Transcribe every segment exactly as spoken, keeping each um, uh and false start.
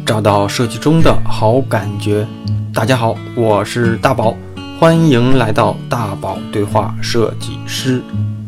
找到设计中的好感觉。大家好，我是大宝，欢迎来到大宝对话设计师。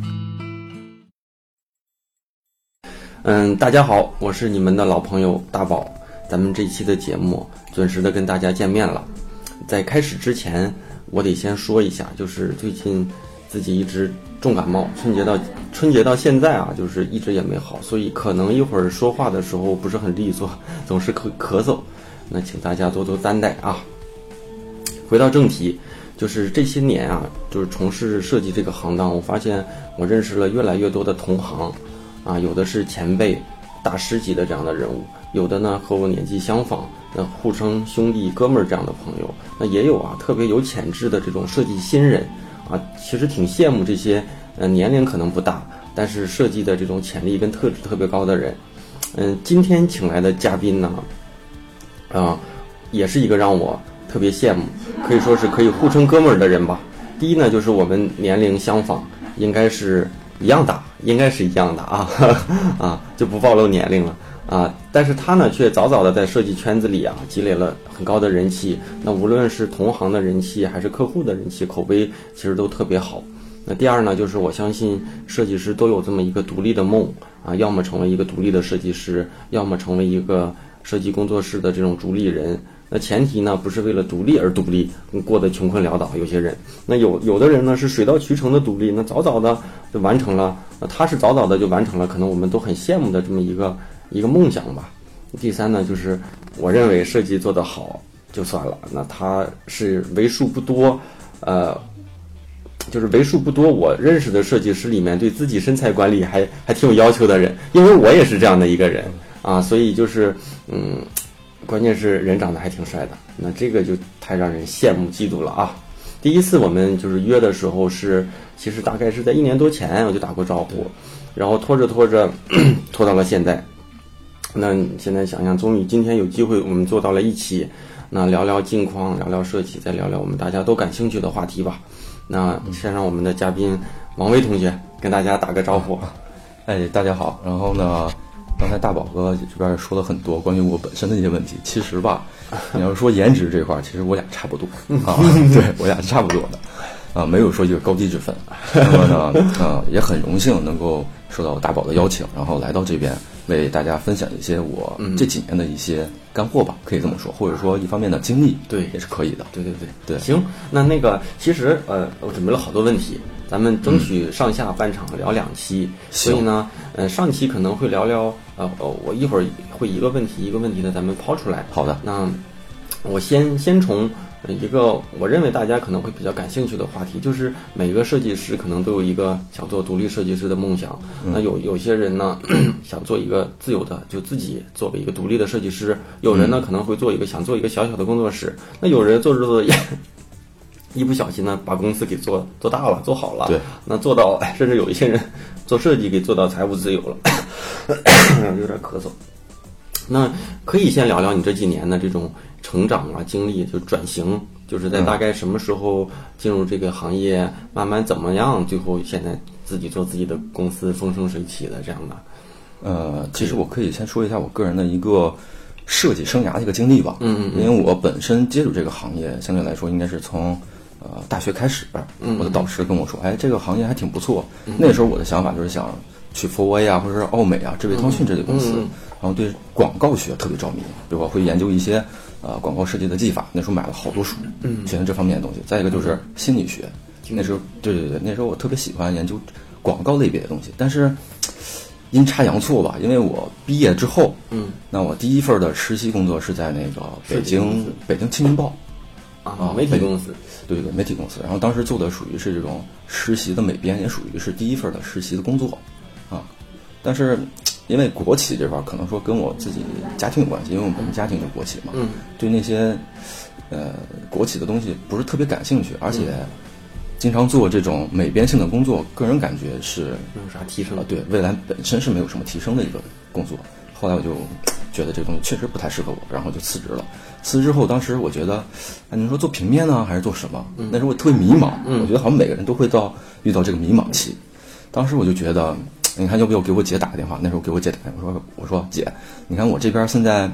嗯，大家好，我是你们的老朋友大宝。咱们这一期的节目准时的跟大家见面了。在开始之前，我得先说一下，就是最近自己一直重感冒，春节到春节到现在啊，就是一直也没好，所以可能一会儿说话的时候不是很利索，总是咳咳嗽，那请大家多多担待啊。回到正题，就是这些年啊，就是从事设计这个行当，我发现我认识了越来越多的同行啊，有的是前辈大师级的这样的人物，有的呢和我年纪相仿，那互称兄弟哥们儿这样的朋友，那也有啊特别有潜质的这种设计新人啊，其实挺羡慕这些呃年龄可能不大，但是设计的这种潜力跟特质特别高的人。嗯，今天请来的嘉宾呢，啊，也是一个让我特别羡慕，可以说是可以互称哥们儿的人吧。第一呢，就是我们年龄相仿，应该是一样大，应该是一样的啊啊，就不暴露年龄了啊。但是他呢，却早早的在设计圈子里啊积累了很高的人气。那无论是同行的人气，还是客户的人气，口碑其实都特别好。那第二呢，就是我相信设计师都有这么一个独立的梦啊，要么成为一个独立的设计师，要么成为一个设计工作室的这种主理人。那前提呢，不是为了独立而独立，过得穷困潦倒。有些人，那有有的人呢是水到渠成的独立，那早早的就完成了。那他是早早的就完成了，可能我们都很羡慕的这么一个一个梦想吧。第三呢，就是我认为设计做得好就算了，那他是为数不多，呃。就是为数不多我认识的设计师里面对自己身材管理还还挺有要求的人，因为我也是这样的一个人啊，所以就是嗯，关键是人长得还挺帅的，那这个就太让人羡慕嫉妒了啊。第一次我们就是约的时候是，其实大概是在一年多前我就打过招呼，然后拖着拖着拖到了现在。那现在想想，终于今天有机会我们坐到了一起，那聊聊近况，聊聊设计，再聊聊我们大家都感兴趣的话题吧。那先让我们的嘉宾王威同学跟大家打个招呼。 哎，大家好。然后呢，刚才大宝哥这边说了很多关于我本身的一些问题。其实吧，你要说颜值这块，其实我俩差不多啊，对我俩是差不多的啊，没有说一个高低之分。那么呢，呃，也很荣幸能够受到大宝的邀请，然后来到这边为大家分享一些我这几年的一些干货吧，可以这么说，或者说一方面的经历， 对， 也是可以的。 对对对对，行，那那个其实呃，我准备了好多问题，咱们争取上下半场聊两期，嗯、所以呢，呃，上期可能会聊聊呃呃，我一会儿会一个问题一个问题的咱们抛出来。 好的， 那我先先从一个我认为大家可能会比较感兴趣的话题，就是每个设计师可能都有一个想做独立设计师的梦想。嗯、那有有些人呢想做一个自由的，就自己作为一个独立的设计师；有人呢、嗯、可能会做一个想做一个小小的工作室。那有人做着做着一不小心呢把公司给做做大了，做好了。 对， 那做到甚至有一些人做设计给做到财务自由了，有点咳嗽。那可以先聊聊你这几年的这种成长啊经历，就转型，就是在大概什么时候进入这个行业，嗯、慢慢怎么样，最后现在自己做自己的公司，风生水起的这样的。 呃，其实我可以先说一下我个人的一个设计生涯的一个经历吧。 嗯嗯。 因为我本身接触这个行业，相对来说应该是从呃大学开始， 嗯， 我的导师跟我说，哎，这个行业还挺不错。嗯、那时候我的想法就是想去福威啊，或者是奥美啊、智维通讯这类公司。嗯嗯然后对广告学特别着迷，比如我会研究一些呃广告设计的技法，那时候买了好多书，嗯，学习这方面的东西。再一个就是心理学，嗯、那时候对对对，那时候我特别喜欢研究广告类别的东西。但是阴差阳错吧，因为我毕业之后，嗯，那我第一份的实习工作是在那个北京北京青年报啊，媒体公司， 对对对，媒体公司。然后当时做的属于是这种实习的美编，也属于是第一份的实习的工作啊，但是。因为国企这块可能说跟我自己家庭有关系，因为我们家庭是国企嘛，嗯，对那些呃国企的东西不是特别感兴趣，而且经常做这种美编性的工作，个人感觉是没有啥提升啊，对未来本身是没有什么提升的一个工作。后来我就觉得这东西确实不太适合我，然后就辞职了。辞职之后，当时我觉得，啊，你说做平面呢，还是做什么？嗯、那时候我特别迷茫，嗯、我觉得好像每个人都会到遇到这个迷茫期。当时我就觉得。你看，要不要给我姐打个电话？那时候给我姐打电话，我说：“我说姐，你看我这边现在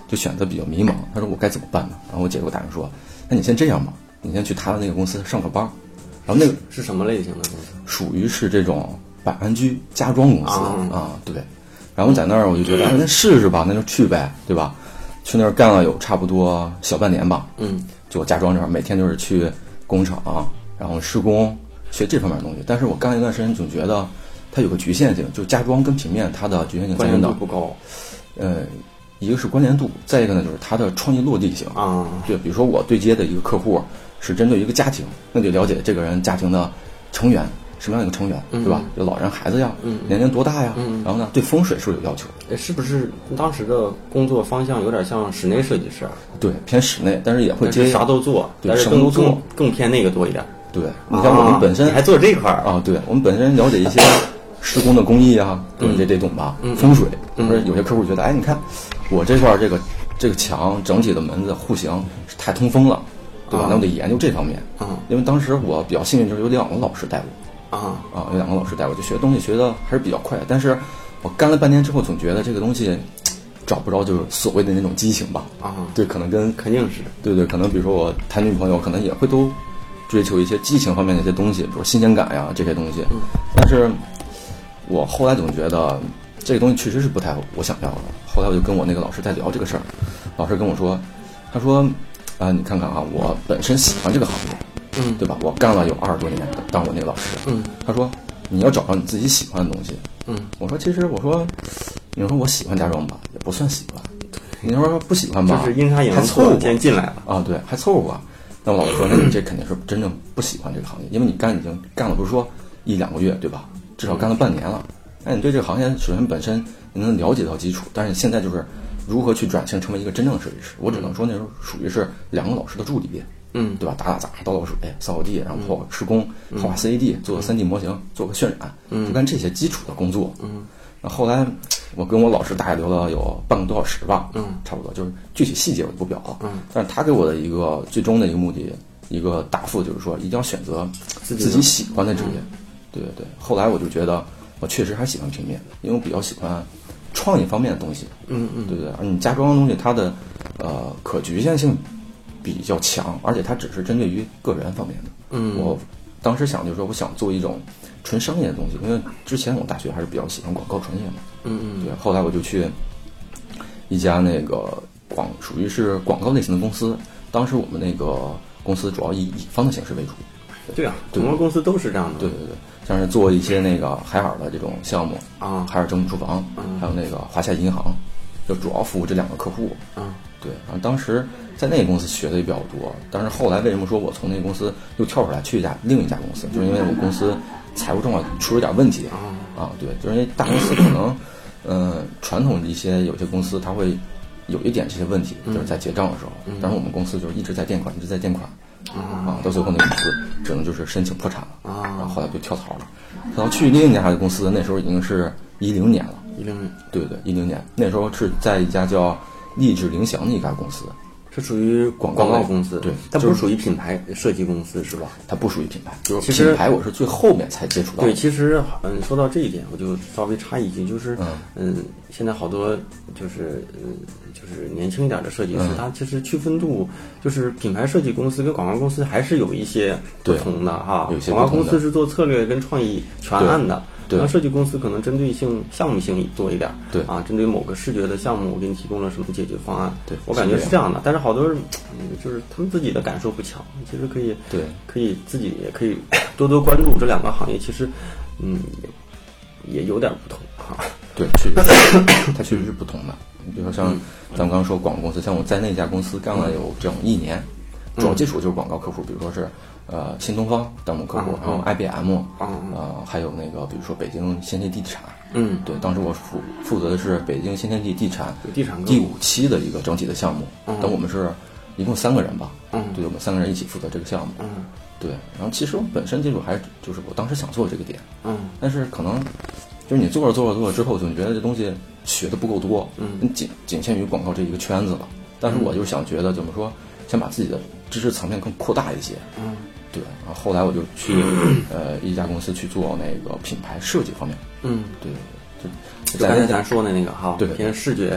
就选择比较迷茫。他说我该怎么办呢？然后我姐给我打电话说，那你先这样吧，你先去他的那个公司上个班。然后那个是什么类型的公司？ 属于是这种百安居家装公司啊, 啊，对。然后在那儿我就觉得，哎，那试试吧，那就去呗，对吧？去那儿干了有差不多小半年吧， 嗯， 就家装这块，每天就是去工厂，然后施工，学这方面的东西。但是我干了一段时间，总觉得它有个局限性，就是家装跟平面它的局限性在于哪？ 不高。 呃，一个是关联度，再一个呢就是它的创意落地性啊。 对，比如说我对接的一个客户是针对一个家庭，那就了解这个人家庭的成员。什么样一个成员， 嗯、 对吧？有老人、孩子呀， 嗯， 年龄多大呀？ 嗯， 然后呢，对风水是不是有要求？ 是不是当时的工作方向有点像室内设计师啊？ 对，偏室内，但是也会接啥都做， 对， 什么都做， 更偏那个多一点。 对，你像我们本身、 啊、还做这块啊，对，我们本身了解一些施工的工艺啊， 嗯、 你这得懂吧？ 嗯、 风水， 嗯、 不是有些客户觉得，哎，你看我这块这个这个墙整体的门子户型是太通风了，对吧？ 啊、 那我得研究这方面。 啊， 因为当时我比较幸运，就是有两个老师带我。 啊啊，有两个老师带我，就学东西学的还是比较快。但是我干了半年之后，总觉得这个东西找不着，就是所谓的那种激情吧。 啊， 对，可能跟肯定是对对，可能比如说我谈女朋友，可能也会都追求一些激情方面的一些东西，比如新鲜感呀这些东西。 嗯， 但是我后来总觉得这个东西确实是不太我想要的。后来我就跟我那个老师在聊这个事儿，老师跟我说，他说啊、呃，你看看啊，我本身喜欢这个行业。 嗯， 对吧？我干了有二十多年，当我那个老师。 嗯， 他说你要找到你自己喜欢的东西。 嗯， 我说其实我说，你说我喜欢家装吧，也不算喜欢。你说不喜欢吧， 就是阴差阳错先进来了啊，对，还凑合。那我老师说，那你这肯定是真正不喜欢这个行业，因为你干已经干了不是说一两个月，对吧？至少干了半年了。那你对这个行业首先本身你能了解到基础，但是现在就是如何去转型成为一个真正的设计师，我只能说那时候属于是两个老师的助理。 嗯， 对吧？打打杂、倒倒水、扫扫地，然后施工、画画 C A D、做个三 D 模型、做个渲染， 嗯， 就干这些基础的工作。 嗯， 然后后来我跟我老师大概聊了有半个多小时吧， 嗯， 差不多，就是具体细节我就不表了。 嗯， 但是他给我的一个最终的一个目的、一个答复就是说，一定要选择自己喜欢的职业。对对对。后来我就觉得我确实还喜欢平面，因为我比较喜欢创意方面的东西。 嗯嗯， 对对。而你家装的东西，它的呃可局限性比较强，而且它只是针对于个人方面的。 嗯， 我当时想就是说，我想做一种纯商业的东西，因为之前我大学还是比较喜欢广告专业嘛。 嗯嗯， 对。后来我就去一家那个广属于是广告类型的公司，当时我们那个公司主要以乙方的形式为主。 对啊，很多公司都是这样的。 对对对，像是做一些那个海尔的这种项目啊， 海尔政府厨房， 嗯， 还有那个华夏银行，就主要服务这两个客户。 嗯， 对。然后当时在那个公司学的也比较多，但是后来为什么说我从那个公司又跳出来去一家另一家公司，就是因为我们公司财务状况出了点问题。啊，对，就是因为大公司可能，嗯、呃，传统的一些有些公司它会有一点这些问题，就是在结账的时候， 嗯、 但是我们公司就是一直在垫款，一直在垫款。 啊， 啊，到最后那公司只能就是申请破产了啊， 然后后来就跳槽了。然后去另一家公司，那时候已经是一零年了。 一零年， 对对，一零年那时候是在一家叫励志凌翔的一家公司， 是属于广告公司。 对， 它不是属于品牌设计公司是吧？ 它不属于品牌，就是品牌我是最后面才接触到的。 对，其实嗯，说到这一点，我就稍微插一句，就是嗯嗯，现在好多就是嗯。就是年轻一点的设计师， 嗯、 他其实区分度就是品牌设计公司跟广告公司还是有一些不同的哈。 有些广告公司是做策略跟创意全案的， 对， 然后设计公司可能针对性、项目性多一点。 对啊，针对某个视觉的项目，我给你提供了什么解决方案。 对， 我感觉是这样的。但是好多人、嗯、就是他们自己的感受不强，其实可以对， 可以自己也可以多多关注这两个行业，其实嗯也也有点不同哈。 对，确实，它确实是不同的。你比如说像咱们刚刚说广告公司，像我在那家公司干了有这种一年，主要接触就是广告客户，比如说是呃新东方当我们客户，然后 I B M， 呃还有那个比如说北京先天地产， 嗯， 对，当时我负负责的是北京先天地地产地产第五期的一个整体的项目，等我们是一共三个人吧， 嗯， 对，我们三个人一起负责这个项目， 嗯， 对，然后其实我本身接触还是就是我当时想做这个点， 嗯， 但是可能。就是你做着做着做着之后，总觉得这东西学的不够多， 嗯， 仅仅限于广告这一个圈子了。但是我就想觉得怎么说，想把自己的知识层面更扩大一些， 嗯， 对。然后后来我就去呃一家公司去做那个品牌设计方面， 嗯， 对，就就刚才咱说的那个哈， 对， 偏视觉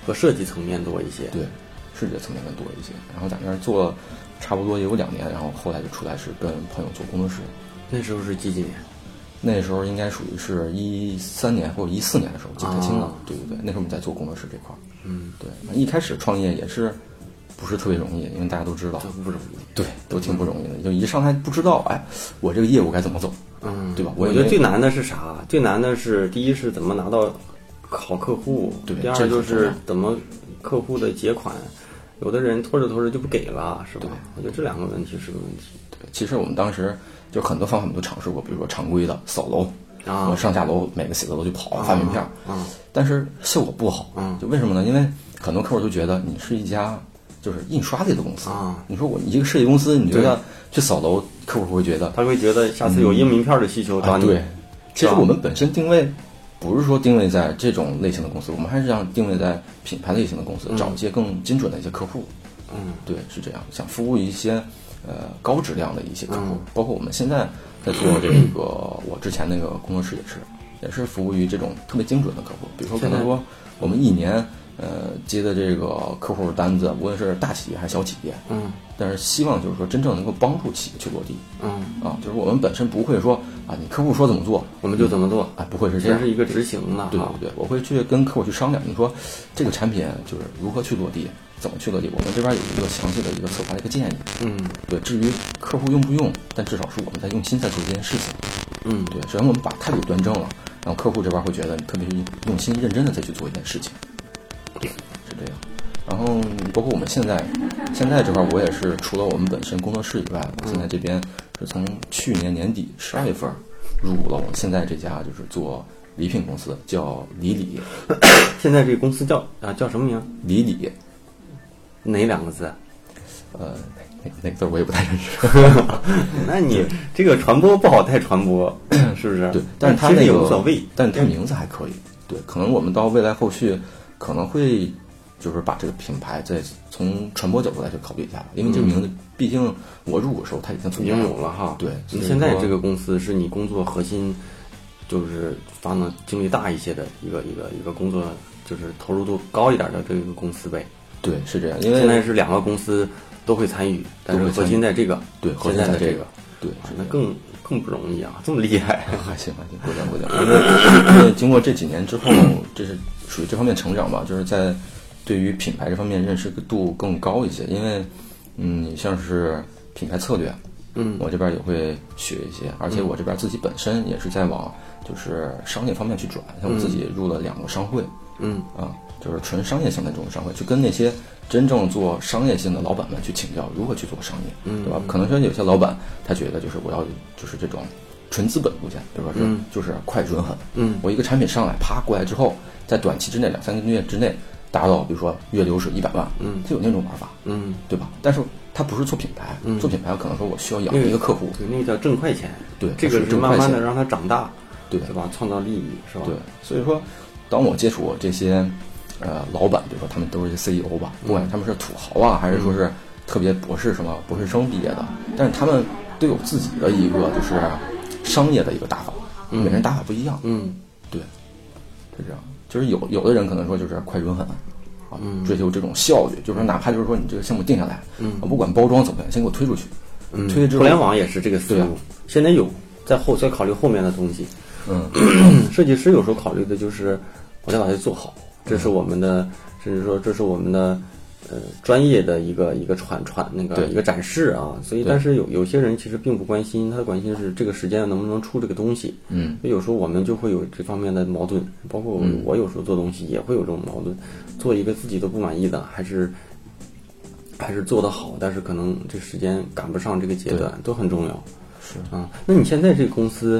和设计层面多一些。 对，视觉层面更多一些。然后在那儿做了差不多也有两年，然后后来就出来是跟朋友做工作室。 那时候是几几年？ 那时候应该属于是一三年或者一四年的时候，记不太清了。 啊、 对对对，那时候我们在做工作室这块儿。 嗯， 对，一开始创业也是不是特别容易，因为大家都知道， 不容易。 对，都挺不容易的。就一上来不知道，哎，我这个业务该怎么走， 嗯， 对吧？ 我觉得最难的是啥？最难的是第一是怎么拿到好客户， 对， 第二就是怎么客户的结款，有的人拖着拖着就不给了，是吧？我觉得这两个问题是个问题。 对，其实我们当时就很多方法我们都尝试过，比如说常规的扫楼。 啊， 我上下楼每个写字楼去跑、啊、发名片， 啊， 但是效果不好， 嗯， 就为什么呢？因为很多客户就觉得你是一家就是印刷类的公司啊， 你说我一个设计公司，你觉得去扫楼，客户会觉得他会觉得下次有印名片的需求找你。 嗯啊、对，其实我们本身定位不是说定位在这种类型的公司，我们还是想定位在品牌类型的公司， 嗯、 找一些更精准的一些客户。 嗯， 对，是这样，想服务一些呃高质量的一些客户， 嗯、 包括我们现在在做这个，我之前那个工作室也是。也是服务于这种特别精准的客户，比如说可能说我们一年呃接的这个客户单子，无论是大企业还是小企业， 嗯， 但是希望就是说真正能够帮助企业去落地， 嗯啊，就是我们本身不会说啊，你客户说怎么做我们就怎么做， 啊，不会是这样， 这是一个执行的， 对对对，我会去跟客户去商量，你说这个产品就是如何去落地，怎么去落地，我们这边有一个详细的一个策划的一个建议， 嗯， 对，至于客户用不用，但至少是我们在用心在做这件事情， 嗯， 对，首先我们把态度端正了。然后客户这边会觉得你特别用心认真的再去做一件事情，对，是这样。然后包括我们现在，现在这块我也是除了我们本身工作室以外，我现在这边是从去年年底十二月份入股了我们现在这家就是做礼品公司，叫李李。 现在这个公司叫啊叫什么名？ 李李， 哪两个字？ 呃，哪哪个字我也不太认识。 那你这个传播不好太传播，是不是？ 对，但是它那个无所谓， 但是它名字还可以。对，可能我们到未来后续可能会就是把这个品牌再从传播角度来去考虑一下，因为这个名字毕竟我入股的时候它已经存在已经有了哈。 对， 你现在这个公司是你工作核心，就是发的精力大一些的一个一个一个工作，就是投入度高一点的这个公司呗。 对，是这样，因为现在是两个公司都会参与，但是核心在这个， 对， 现在的这个， 对， 那更更不容易啊，这么厉害， 还行还行，过奖过奖。因为因为经过这几年之后，这是属于这方面成长吧，就是在对于品牌这方面认识度更高一些。因为嗯，你像是品牌策略， 嗯， 我这边也会学一些，而且我这边自己本身也是在往就是商业方面去转，像我自己入了两个商会， 嗯啊。就是纯商业性的这种商会，去跟那些真正做商业性的老板们去请教如何去做商业， 嗯， 对吧？可能说有些老板他觉得就是我要就是这种纯资本路线，比如说是、 嗯、 就是快准狠， 嗯， 我一个产品上来啪过来之后，在短期之内两三个月之内达到，比如说月流是一百万， 嗯， 就有那种玩法， 嗯， 对吧？但是他不是做品牌， 嗯、 做品牌可能说我需要养一个客户， 对，那个叫挣快钱， 对， 这个是慢慢的让他长大， 对， 对吧？创造利益是吧？ 对，所以说当我接触这些。呃，老板，比如说他们都是一些 C E O 吧，不管他们是土豪啊，还是说是特别博士什么博士生毕业的，但是他们都有自己的一个就是商业的一个打法， 嗯、 每个人打法不一样。 嗯， 对，是这样。就是有有的人可能说就是快准狠啊， 嗯、 追求这种效率，就是说哪怕就是说你这个项目定下来， 嗯， 我不管包装怎么样，先给我推出去。 嗯， 推之后互联网也是这个思路，现在有在后再考虑后面的东西。 嗯， 设计师有时候考虑的就是我得把它做好。这是我们的，甚至说这是我们的，呃，专业的一个一个传传那个一个展示啊。所以，但是有有些人其实并不关心，他的关心是这个时间能不能出这个东西。 嗯， 有时候我们就会有这方面的矛盾，包括我我有时候做东西也会有这种矛盾，做一个自己都不满意的，还是还是做得好，但是可能这时间赶不上这个阶段，都很重要。 是啊，那你现在这个公司，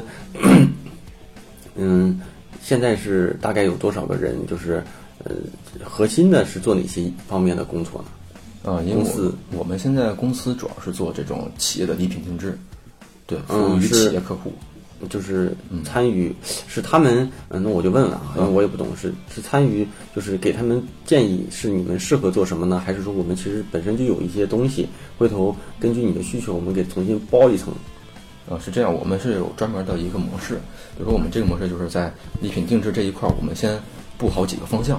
嗯。现在是大概有多少个人？就是呃，核心的是做哪些方面的工作呢？ 呃，因为我我们现在公司主要是做这种企业的礼品定制，对，服务于企业客户， 嗯、就是参与、嗯、是他们，嗯，那我就问问啊，因为我也不懂，是是参与，就是给他们建议是你们适合做什么呢？还是说我们其实本身就有一些东西，回头根据你的需求，我们给重新包一层？ 呃，是这样，我们是有专门的一个模式，比如说我们这个模式就是在礼品定制这一块，我们先布好几个方向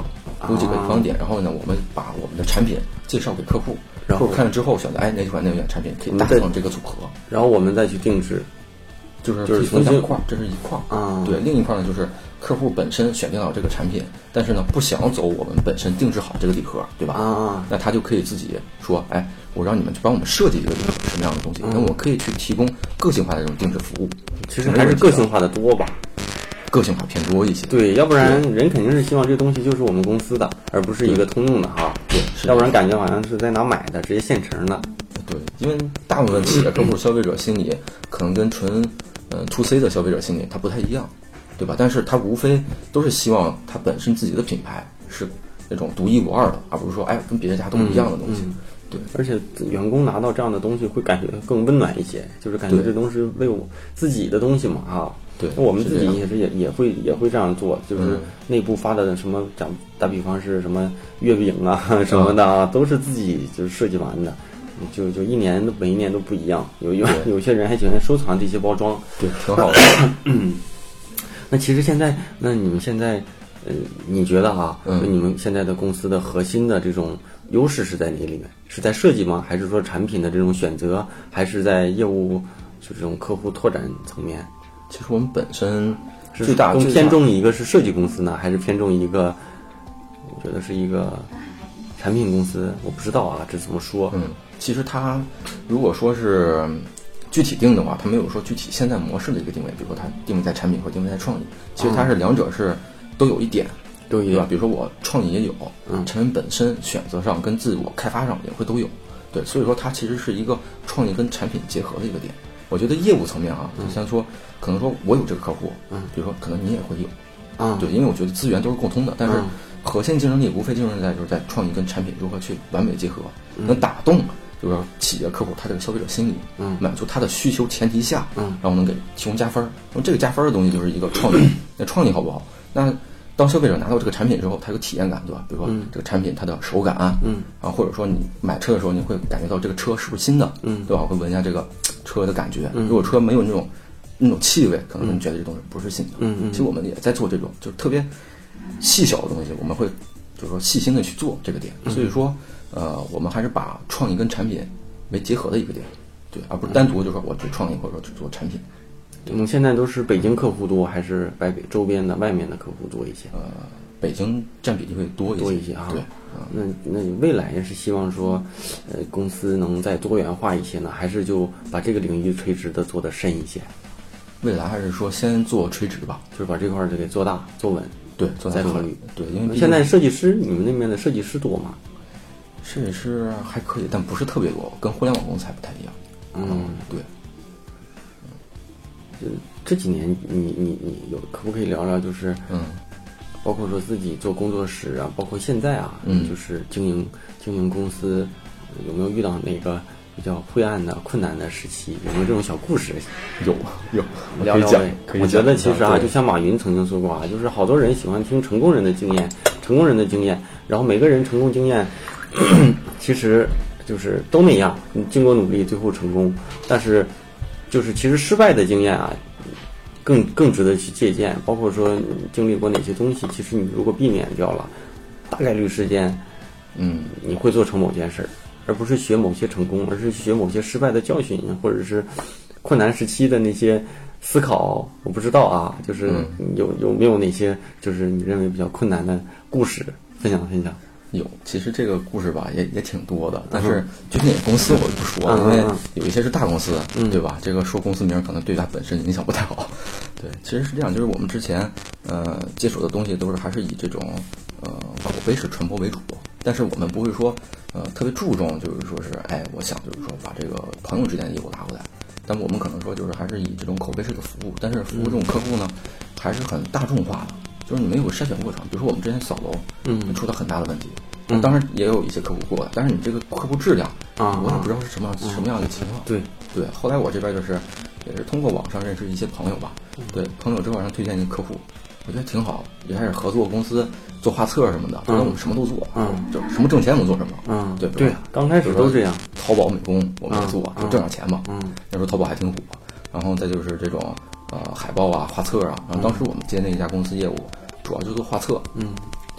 有几个方点，然后呢，我们把我们的产品介绍给客户， 然后客户看了之后选择，哎，哪款哪款产品可以搭上这个组合， 然后我们再去定制， 就是就是分两块，这是一块啊。 对，另一块呢就是客户本身选定了这个产品，但是呢不想走我们本身定制好这个礼盒，对吧？ 啊， 那他就可以自己说，哎，我让你们去帮我们设计一个礼盒什么样的东西，那、嗯、我可以去提供个性化的这种定制服务。 其实还是个性化的多吧。 个性化偏多一些， 对，要不然人肯定是希望这个东西就是我们公司的，而不是一个通用的哈。 对， 要不然感觉好像是在哪买的，直接现成的。 对，因为大部分企业客户消费者心理可能跟纯呃 to C 的消费者心理它不太一样，对吧？但是它无非都是希望它本身自己的品牌是那种独一无二的，而不是说哎跟别人家都一样的东西。 嗯嗯对， 而且员工拿到这样的东西会感觉更温暖一些，就是感觉这东西为我自己的东西嘛啊。 对， 我们自己也是也也会也会这样做，就是内部发的什么讲打比方是什么月饼啊什么的啊，都是自己就是设计完的，就就一年每一年都不一样。有有有些人还喜欢收藏这些包装， 对，挺好的。 嗯，那其实现在，那你们现在，呃，你觉得啊， 嗯， 你们现在的公司的核心的这种优势是在哪里面？是在设计吗？还是说产品的这种选择？还是在业务就这种客户拓展层面？ 其实我们本身最大更偏重一个是设计公司呢，还是偏重一个？我觉得是一个产品公司，我不知道啊，这怎么说？ 嗯，其实它如果说是具体定的话，它没有说具体现在模式的一个定位，比如说它定位在产品或定位在创意，其实它是两者是都有一点， 都有对吧？比如说我创意也有， 嗯， 产品本身选择上跟自我开发上也会都有，对，所以说它其实是一个创意跟产品结合的一个点。我觉得业务层面啊，就像说，可能说我有这个客户， 嗯， 比如说可能你也会有， 啊、嗯， 对，因为我觉得资源都是共通的，但是核心竞争力无非竞争在就是在创意跟产品如何去完美结合， 嗯、 能打动就是说企业客户他这个消费者心理， 嗯， 满足他的需求前提下， 嗯， 然后能给提供加分。那么这个加分的东西就是一个创意，那创意好不好？那当消费者拿到这个产品之后，他有体验感，对吧？比如说这个产品它的手感， 嗯， 啊，或者说你买车的时候，你会感觉到这个车是不是新的， 嗯， 对吧？会闻一下这个车的感觉。 嗯、 如果车没有那种那种气味，可能你觉得这东西不是新的。 嗯嗯。 其实我们也在做这种就是特别细小的东西，我们会就是说细心的去做这个点。所以说，呃，我们还是把创意跟产品为结合的一个点，对，而不是单独就说我只创意或者说只做产品。 你们现在都是北京客户多，还是外北周边的外面的客户多一些？ 呃，北京占比例会多一些， 多一些啊。 对， 啊，那那你未来是希望说，呃，公司能再多元化一些呢，还是就把这个领域垂直的做得深一些？ 未来还是说先做垂直吧， 就是把这块儿就给做大做稳， 对，做大再考虑。 对，因为现在设计师，你们那边的设计师多吗？ 设计师还可以，但不是特别多，跟互联网公司还不太一样。 嗯， 对。 就这几年你你你有可不可以聊聊，就是嗯， 包括说自己做工作室啊，包括现在啊， 嗯， 就是经营经营公司，有没有遇到哪个比较灰暗的困难的时期？有没有这种小故事？ 有有， 聊聊呗。我觉得其实啊， 就像马云曾经说过啊，就是好多人喜欢听成功人的经验，成功人的经验，然后每个人成功经验其实就是都那样，你经过努力最后成功，但是就是其实失败的经验啊，更更值得去借鉴。包括说你经历过哪些东西，其实你如果避免掉了，大概率事件， 嗯， 你会做成某件事儿，而不是学某些成功，而是学某些失败的教训，或者是困难时期的那些思考。我不知道啊，就是有有没有哪些就是你认为比较困难的故事分享分享？ 有，其实这个故事吧也也挺多的，但是具体哪个公司我就不说了， 嗯、 因为有一些是大公司， 嗯、 对吧？这个说公司名可能对它本身影响不太好。对，其实是这样，就是我们之前呃接触的东西都是还是以这种呃口碑式传播为主，但是我们不会说呃特别注重就是说是哎，我想就是说把这个朋友之间的业务拉过来，但我们可能说就是还是以这种口碑式的服务，但是服务这种客户呢还是很大众化的。就是你没有筛选过程，比如说我们之前扫楼， 嗯， 出了很大的问题， 嗯， 当然也有一些客户过的，但是你这个客户质量啊， 我也不知道是什么、嗯、什么样的情况。 对对，后来我这边就是也是通过网上认识一些朋友吧， 嗯、 对朋友之后让推荐一个客户，我觉得挺好，也开始合作公司做画册什么的，嗯，我们什么都做， 嗯， 就什么挣钱我们做什么， 嗯， 对对，刚开始都这样， 淘宝美工我们也做， 嗯、 就挣点钱嘛， 嗯， 那时候淘宝还挺火，然后再就是这种呃海报啊、画册啊，然后当时我们接那一家公司业务。主要就是做画册， 嗯， 对，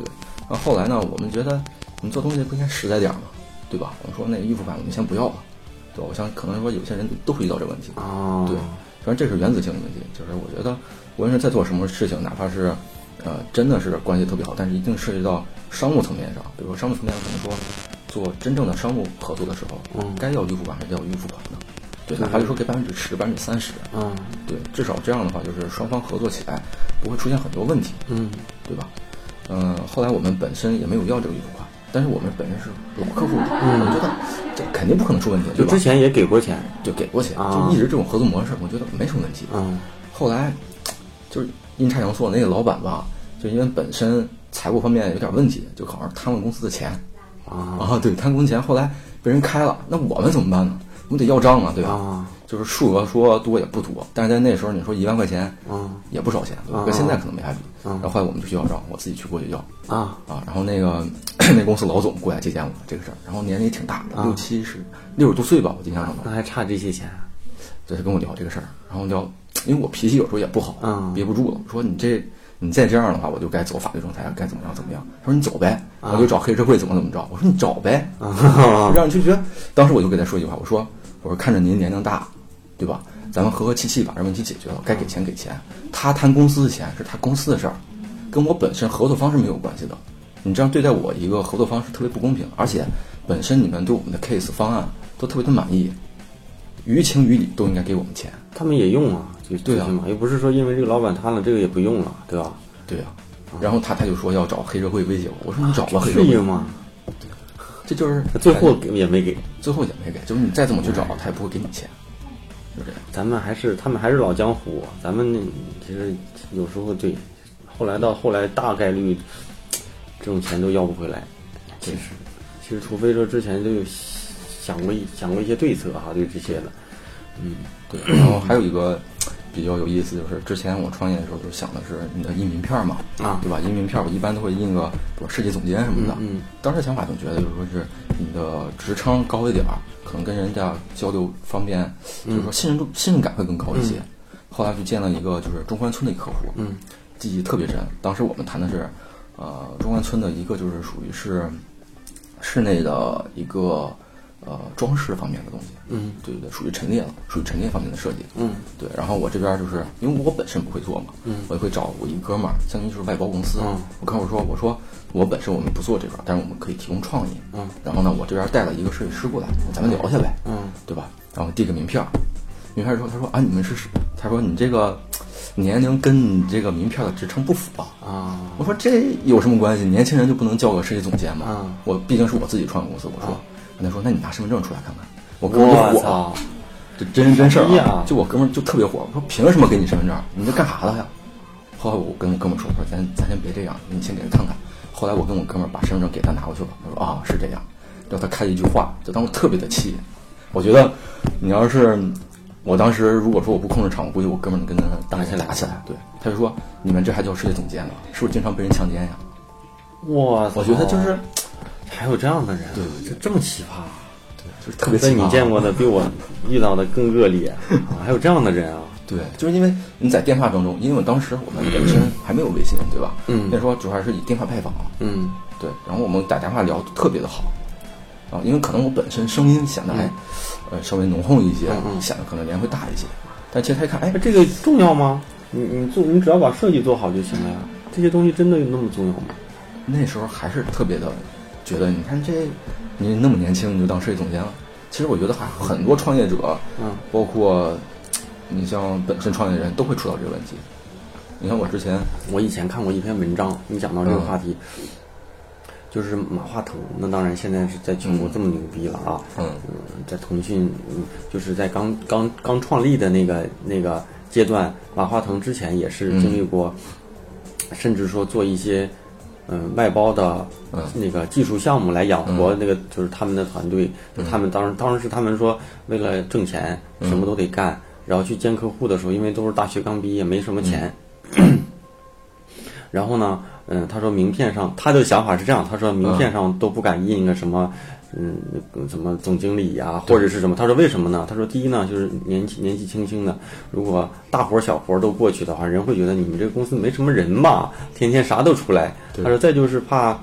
那后来呢，我们觉得你做东西不应该实在点吗？对吧？我们说那个预付款我们先不要了，对吧？我想可能说有些人都会遇到这个问题啊。 对，反正这是原则性的问题，就是我觉得无论是在做什么事情，哪怕是呃真的是关系特别好，但是一定涉及到商务层面上，比如说商务层面可能说做真正的商务合作的时候，嗯，该要预付款还是要预付款的。对，哪怕就说给百分之十、百分之三十，嗯，对，至少这样的话，就是双方合作起来不会出现很多问题，嗯，对吧？嗯、呃，后来我们本身也没有要这个预付款，但是我们本身是老客户，嗯，我觉得这肯定不可能出问题， 就之前也给过钱， 就给过钱，啊、就一直这种合作模式，我觉得没什么问题。嗯，后来就是阴差阳错，那个老板吧，就因为本身财务方面有点问题，就好像贪了公司的钱，啊啊，对，贪公司钱，后来被人开了，那我们怎么办呢？我们得要账啊，对吧？啊、就是数额说多也不多，但是在那时候你说一万块钱，嗯，也不少钱，对吧？跟现在可能没法比。嗯、然后后来我们就去要账，我自己去过去要啊啊，然后那个那公司老总过来接见我这个事儿，然后年龄也挺大的，六七十六十多岁吧，我印象中。 那还差这些钱， 就是跟我聊这个事儿，然后聊，因为我脾气有时候也不好，嗯，憋不住了，说你这你再这样的话，我就该走法律仲裁，该怎么样怎么样。他说你走呗，我就找黑社会怎么怎么着。我说你找呗，啊、让你去觉得。当时我就给他说一句话，我说我说看着您年龄大，对吧？咱们和和气气把这问题解决了，该给钱给钱。他贪公司的钱是他公司的事儿，跟我本身合作方式没有关系的。你这样对待我一个合作方式特别不公平，而且本身你们对我们的 case 方案都特别的满意，于情于理都应该给我们钱。 他们也用啊，就对啊， 又不是说因为这个老板贪了，这个也不用了，对吧？ 对啊。然后他他就说要找黑社会威胁我，我说你找吧，黑社会吗？ 这就是最后也没给， 最后也没给，就是你再怎么去找，他也不会给你钱，就这样。 咱们还是他们还是老江湖，咱们其实有时候对，后来到后来大概率这种钱都要不回来。其实，其实除非说之前都有想过一想过一些对策哈，对这些的， 嗯，对。然后还有一个比较有意思，就是之前我创业的时候就想的是你的印名片嘛，啊，对吧？印名片我一般都会印个比如设计总监什么的。嗯，当时想法总觉得就是说是你的职称高一点儿，可能跟人家交流方便，就是说信任度、信任感会更高一些。嗯、后来就见了一个就是中关村的一个客户，嗯，记忆特别深。当时我们谈的是，呃，中关村的一个就是属于是室内的一个。呃，装饰方面的东西，嗯，对对对，属于陈列了，属于陈列方面的设计，嗯，对。然后我这边就是因为我本身不会做嘛，嗯，我也会找我一哥们儿，相当于就是外包公司，嗯，我跟我说，我说我本身我们不做这边，但是我们可以提供创意，嗯，然后呢，我这边带了一个设计师过来，咱们聊下呗，嗯，对吧？然后递个名片，名片之后他说啊，你们是，他说你这个年龄跟你这个名片的职称不符啊，啊，我说这有什么关系？年轻人就不能叫个设计总监吗？啊，我毕竟是我自己创业公司，我说。跟他说：“那你拿身份证出来看看。”我哥们儿就火，这真人真事儿啊！就我哥们儿就特别火，我说：“凭什么给你身份证？你这干啥的呀？”后来我跟我哥们儿说：“我说咱咱先别这样，你先给他看看。”后来我跟我哥们儿把身份证给他拿过去了，他说：“啊，是这样。”然后他开了一句话，就当时特别的气。我觉得你要是我当时如果说我不控制场，我估计我哥们儿能跟他打起来打起来。对，他就说：“你们这还叫设计总监呢？是不是经常被人强奸呀？” 哇， 我觉得就是。 还有这样的人， 对对对， 这么奇葩， 对，就是特别奇葩。 你见过的比我遇到的更恶劣啊！还有这样的人啊！ 对，就是因为你在电话当中，因为当时我们本身还没有微信，对吧？嗯，那时候主要是以电话拜访，嗯，对，然后我们打电话聊特别的好啊，因为可能我本身声音显得还、嗯、呃稍微浓厚一些，嗯，显得可能年会大一些，但其实他一看，哎， 这个重要吗？你你做你只要把设计做好就行了呀，这些东西真的有那么重要吗？ 那时候还是特别的。觉得你看这，你那么年轻你就当设计总监了。其实我觉得还很多创业者，嗯，包括你像本身创业人都会出到这个问题。你看我之前， 我以前看过一篇文章，你讲到这个话题，嗯、就是马化腾，那当然现在是在全国这么牛逼了啊，嗯，嗯在腾讯，就是在刚刚刚创立的那个那个阶段，马化腾之前也是经历过，嗯、甚至说做一些。嗯，外包的那个技术项目来养活那个，就是他们的团队。嗯、就他们当时当时是他们说，为了挣钱，什么都得干。嗯、然后去见客户的时候，因为都是大学刚毕业，没什么钱。嗯、然后呢，嗯，他说名片上，他的想法是这样，他说名片上都不敢印个什么，嗯，什么总经理呀、啊，或者是什么。他说为什么呢？他说第一呢，就是年纪年纪轻轻的，如果大活小活都过去的话，人会觉得你们这个公司没什么人嘛，天天啥都出来。他说再就是怕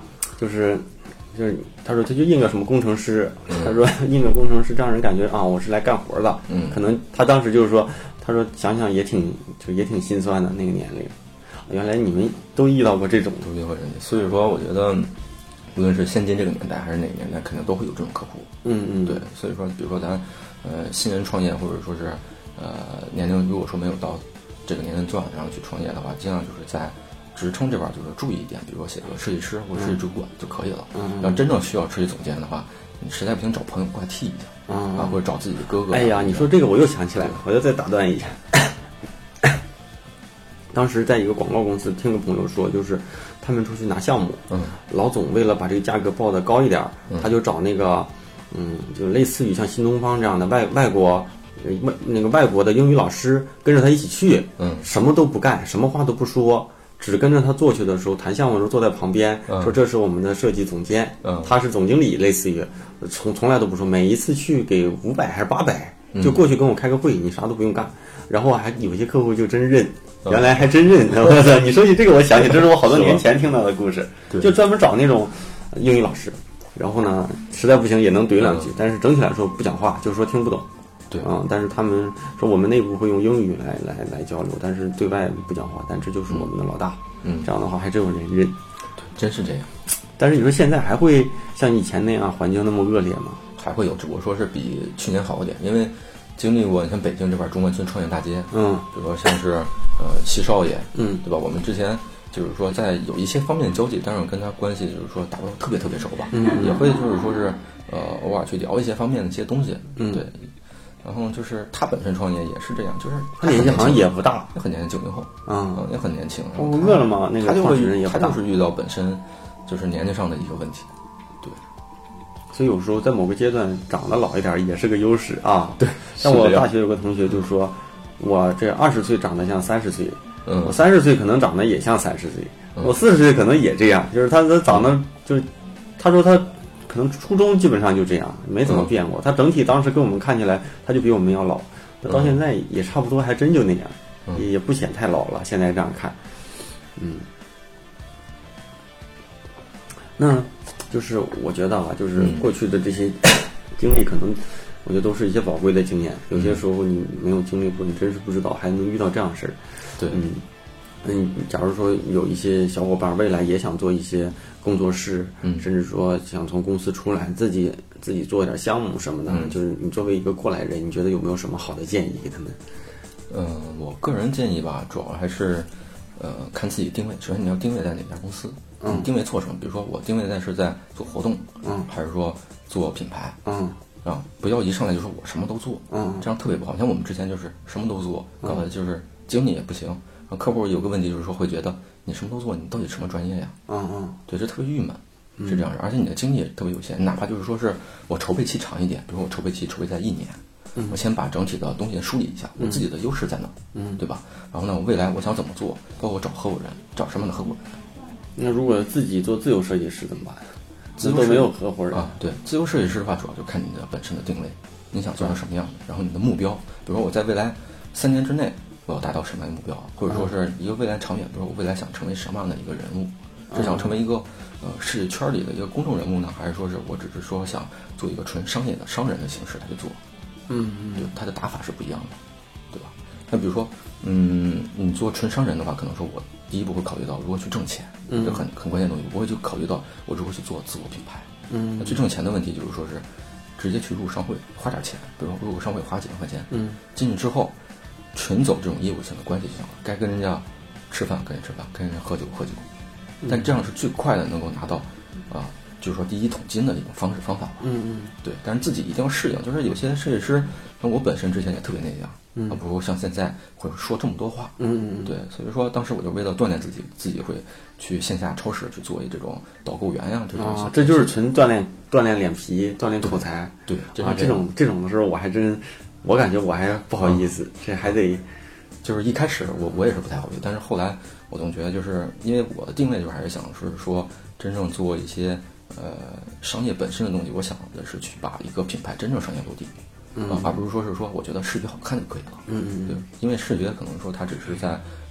就是就是他说他就应个什么工程师，他说应个工程师，让人感觉啊我是来干活的。 嗯， 可能他当时就是说，他说想想也挺就也挺心酸的那个年龄。原来你们都遇到过这种， 都遇到过这种，所以说我觉得，无论是现今这个年代还是哪个年代，肯定都会有这种客户。 嗯嗯， 对，所以说，比如说咱呃新人创业，或者说是呃年龄如果说没有到这个年龄段，然后去创业的话，尽量就是在职称这边就是注意一点，比如说写个设计师或者设计主管就可以了。嗯，要真正需要设计总监的话，你实在不行找朋友过来替一下，嗯啊，或者找自己的哥哥。 哎呀，你说这个我又想起来了，我要再打断一下。当时在一个广告公司听个朋友说，就是他们出去拿项目，嗯，老总为了把这个价格报得高一点，嗯，他就找那个，嗯，就类似于像新东方这样的外外国，外那个外国的英语老师跟着他一起去，嗯，什么都不干，什么话都不说，只跟着他做去的时候，谈项目的时候坐在旁边，嗯，说这是我们的设计总监，嗯，他是总经理，类似于从从来都不说，每一次去给五百还是八百，就过去跟我开个会，你啥都不用干，然后还有些客户就真认。原来还真认，我操！你说起这个，我想起这是我好多年前听到的故事，就专门找那种英语老师，然后呢，实在不行也能怼两句，但是整体来说不讲话，就是说听不懂。 对啊、嗯，但是他们说我们内部会用英语来来来交流，但是对外不讲话，但这就是我们的老大。嗯，这样的话还真有人认， 对，真是这样。 但是你说现在还会像以前那样环境那么恶劣吗？ 还会有，只不过说是比去年好一点，因为经历过像北京这块中关村创业大街，嗯，比如说像是。呃，七少爷，嗯，对吧？我们之前就是说在有一些方面的交际，当然跟他关系就是说打不到特别特别熟吧，嗯，也会就是说是呃偶尔去聊一些方面的一些东西，嗯，对。然后就是他本身创业也是这样，就是他年纪好像也不大， 也很年轻，九零后， 嗯， 也很年轻。 哦，饿了么那个他就会也他就是遇到本身就是年龄上的一个问题，对。 所以有时候在某个阶段长得老一点也是个优势啊， 对。 像我大学有个同学就说。我这二十岁长得像三十岁， 嗯， 我三十岁可能长得也像三十岁，嗯、我四十岁可能也这样，就是他他长得就是，他说他可能初中基本上就这样，没怎么变过。嗯、他整体当时跟我们看起来，他就比我们要老，到现在也差不多，还真就那样，嗯、也也不显太老了。现在这样看，嗯，那就是我觉得啊，就是过去的这些经历可能。我觉得都是一些宝贵的经验，有些时候你没有经历过，你真是不知道还能遇到这样的事儿。 对， 嗯，嗯，假如说有一些小伙伴未来也想做一些工作室，嗯，甚至说想从公司出来自己自己做点项目什么的，嗯、就是你作为一个过来人，你觉得有没有什么好的建议给他们？ 嗯、呃，我个人建议吧，主要还是呃看自己定位。首先你要定位在哪家公司，嗯，定位做什么？比如说我定位在是在做活动，嗯，还是说做品牌，嗯。啊，不要一上来就说我什么都做，嗯，这样特别不好。像我们之前就是什么都做，搞的就是经理也不行。然后客户有个问题就是说会觉得你什么都做，你到底什么专业呀？嗯嗯，对，这特别郁闷，是这样的。而且你的精力也特别有限，哪怕就是说是我筹备期长一点，比如说我筹备期筹备在一年，嗯，我先把整体的东西梳理一下，我自己的优势在哪，嗯，对吧？然后呢，我未来我想怎么做，包括找合伙人，找什么样的合伙人？ 那如果自己做自由设计师怎么办？自都没有合伙人啊，对，自由设计师的话，主要就看你的本身的定位，你想做成什么样的，然后你的目标，比如说我在未来三年之内我要达到什么样的目标，或者说是一个未来长远，比如说我未来想成为什么样的一个人物，是想成为一个呃事业圈里的一个公众人物呢，还是说是我只是说想做一个纯商业的商人的形式来去做？嗯嗯，对，他的打法是不一样的，对吧？那比如说，嗯，你做纯商人的话，可能说我第一步会考虑到如何去挣钱，嗯，这很很关键的东西，我会去考虑到我如何去做自我品牌。嗯，那去挣钱的问题就是说是直接去入商会花点钱，比如说入个商会花几万块钱，嗯，进去之后纯走这种业务性的关系就行了，该跟人家吃饭跟人吃饭，跟人家喝酒喝酒，但这样是最快的能够拿到啊、呃，就是说第一桶金的一种方式方法吧。嗯嗯，对，但是自己一定要适应，就是有些设计师，像我本身之前也特别内向。嗯，不如像现在会说这么多话，嗯嗯，对，所以说当时我就为了锻炼自己，自己会去线下超市去做这种导购员呀，这种、 啊，这就是纯锻炼锻炼脸皮，锻炼口才， 对， 对啊，这种这种的时候我还真，我感觉我还不好意思，嗯、这还得， 就是一开始我我也是不太好意思，但是后来我总觉得就是因为我的定位就是还是想是说真正做一些呃商业本身的东西，我想的是去把一个品牌真正商业落地。嗯，而不是说是说我觉得视觉好看就可以了。嗯嗯，对，因为视觉可能说它只是在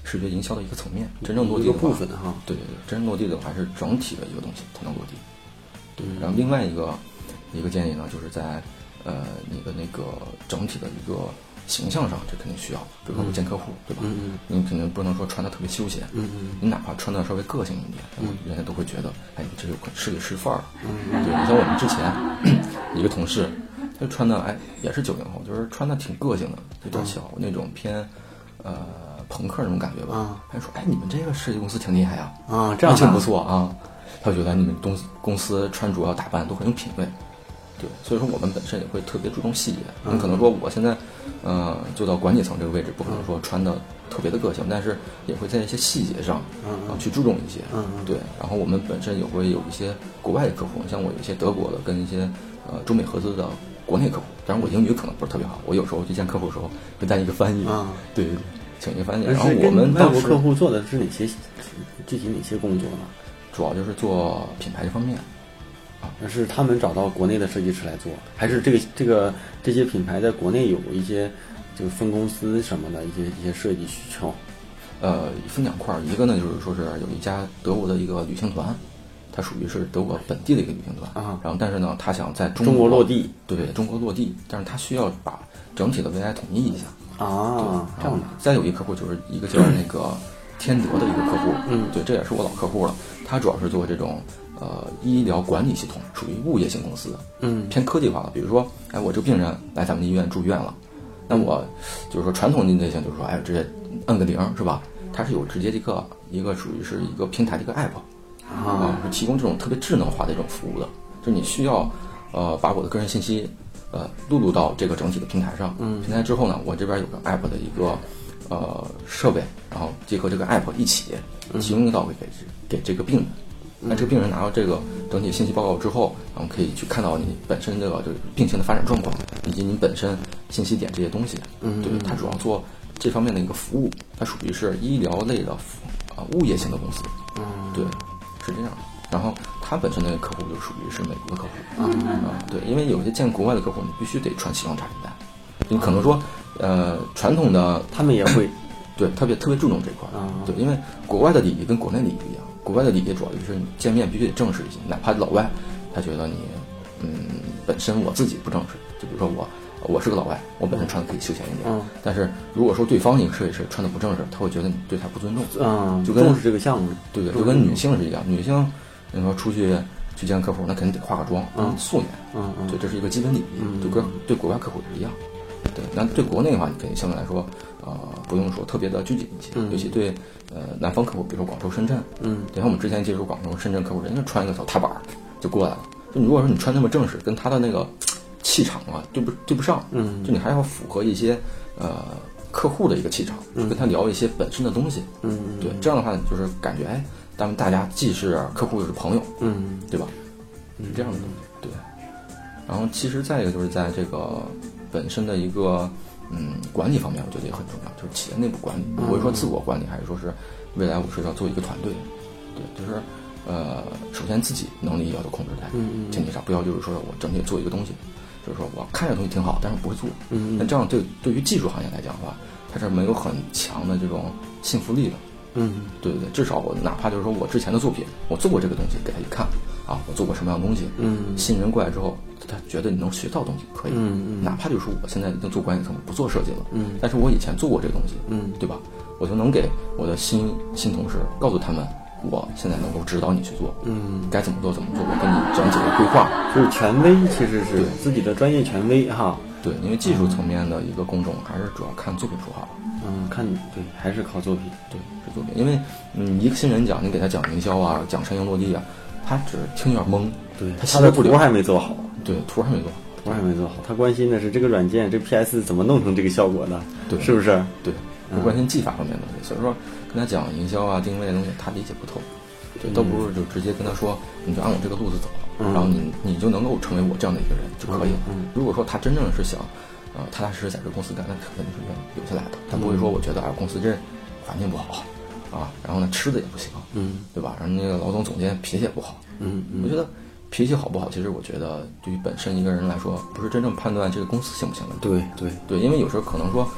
视觉营销的一个层面，真正落地一个部分哈。 对对对，真正落地的话是整体的一个东西才能落地。对，然后另外一个一个建议呢，就是在呃你的那个整体的一个形象上，这肯定需要，比如说我见客户，对吧？ 嗯嗯， 你肯定不能说穿的特别休闲， 嗯嗯， 你哪怕穿的稍微个性一点，嗯，人家都会觉得，哎，你这有设计师范儿。 嗯， 对，你像我们之前一个同事，他就穿的哎也是九零后，就是穿的挺个性的，有点小那种偏呃朋克那种感觉吧。 啊， 他说，哎，你们这个设计公司挺厉害啊， 啊，这样挺不错啊。他觉得你们公公司穿着啊打扮都很有品味。对，所以说我们本身也会特别注重细节。你可能说我现在，呃，做到管理层这个位置，不可能说穿的特别的个性，但是也会在一些细节上，啊，去注重一些。 嗯嗯。 对，然后我们本身也会有一些国外的客户，像我有一些德国的，跟一些呃中美合资的国内客户。当然我英语可能不是特别好，我有时候去见客户的时候会带一个翻译。 啊， 对对对，请一个翻译。然后我们外国客户做的是哪些具体哪些工作呢？ 主要就是做品牌这方面。 那是他们找到国内的设计师来做，还是这个这个这些品牌在国内有一些这个分公司什么的一些一些设计需求？ 呃，分两块儿，一个呢就是说是有一家德国的一个旅行团，它属于是德国本地的一个旅行团啊， 然后但是呢，他想在中国中国落地， 对中国落地，但是他需要把整体的 V I 统一一下啊，这样的。 再有一个客户就是一个叫那个天德的一个客户， 嗯， 对，这也是我老客户了，他主要是做这种。呃，医疗管理系统属于物业型公司， 嗯， 偏科技化的。比如说，哎，我这个病人来咱们医院住院了，那我就是说传统的类型，就是说，哎，直接摁个铃是吧？它是有直接一个一个属于是一个平台的一个 app 啊，是提供这种特别智能化的一种服务的。就是你需要呃把我的个人信息呃录入到这个整体的平台上， 嗯， 平台之后呢，我这边有个 app 的一个呃设备，然后结合这个 app 一起提供到给给这个病人。那这个病人拿到这个整体信息报告之后，然后可以去看到你本身这个就是病情的发展状况，以及你本身信息点这些东西。 嗯， 对，它主要做这方面的一个服务，它属于是医疗类的啊物业型的公司。 嗯， 对，是这样。然后它本身的客户就属于是美国的客户。啊、嗯、啊，对，因为有些见国外的客户，你必须得穿西装打领带，你可能说呃传统的他们也会对特别特别注重这块。 啊， 对，因为国外的礼仪跟国内礼仪不一样。国外的礼仪主要就是你见面必须得正式一些，哪怕老外，他觉得你，嗯，本身我自己不正式，就比如说我，我是个老外，我本身穿的可以休闲一点， 嗯， 但是如果说对方一个设计师穿的不正式，他会觉得你对他不尊重， 嗯， 就跟重视这个项目， 对对，就跟女性是一样，女性你说出去去见客户，那肯定得化个妆， 嗯， 素颜， 嗯嗯， 对，这是一个基本礼仪， 嗯， 就跟对国外客户也一样，对，那对国内的话，你肯定相对来说。呃，不用说特别的拘谨一些， 嗯、 尤其对呃南方客户，比如说广州、深圳， 嗯， 你看我们之前接触广州、深圳客户，人家穿一个小踏板就过来了。就如果说你穿那么正式，跟他的那个气场啊对不对不上， 嗯， 就你还要符合一些呃客户的一个气场， 嗯， 跟他聊一些本身的东西， 嗯， 对，这样的话就是感觉哎，咱们大家既是客户又是朋友， 嗯， 对吧？是这样的东西，对。然后其实再一个就是在这个本身的一个。嗯，管理方面我觉得也很重要，就是企业内部管理，不会说自我管理，还是说是未来我是要做一个团队，对，就是呃，首先自己能力要有控制在前提上，不要就是说我整体做一个东西，就是说我看着东西挺好，但是不会做， 嗯， 那这样对对于技术行业来讲的话，它是没有很强的这种信服力的， 嗯， 对对对，至少我哪怕就是说我之前的作品，我做过这个东西给他一看啊，我做过什么样的东西， 嗯， 新人过来之后。他觉得你能学到东西可以， 嗯嗯， 哪怕就是我现在已经做管理层，不做设计了， 嗯， 但是我以前做过这个东西， 嗯， 对吧？我就能给我的新新同事告诉他们，我现在能够指导你去做， 嗯， 该怎么做怎么做，我给你整几个规划， 就是权威，其实是自己的专业权威哈。 对，因为技术层面的一个工种还是主要看作品说话。 嗯，看对，还是靠作品， 对，是作品。因为嗯，一个新人讲，你给他讲营销啊，讲商业落地啊，他只听有点懵， 对， 他他的图还没做好， 对，图还没做好。 图还没做好，他关心的是这个软件，这 P S 怎么弄成这个效果的， 对， 是不是？ 对，不关心技法方面的东西，所以说跟他讲营销啊、定位的东西，他理解不透，对，倒不如就直接跟他说，你就按我这个路子走， 嗯、 然后你你就能够成为我这样的一个人就可以了。 嗯， 如果说他真正是想，呃，踏踏实实在这个公司干，那肯定是愿意留下来的。他不会说我觉得啊，公司这环境不好啊，然后呢吃的也不行， 嗯， 对吧？然后那个老总总监脾气也不好， 嗯嗯， 我觉得。脾气好不好，其实我觉得对于本身一个人来说，不是真正判断这个公司行不行的。 对对对，因为有时候可能说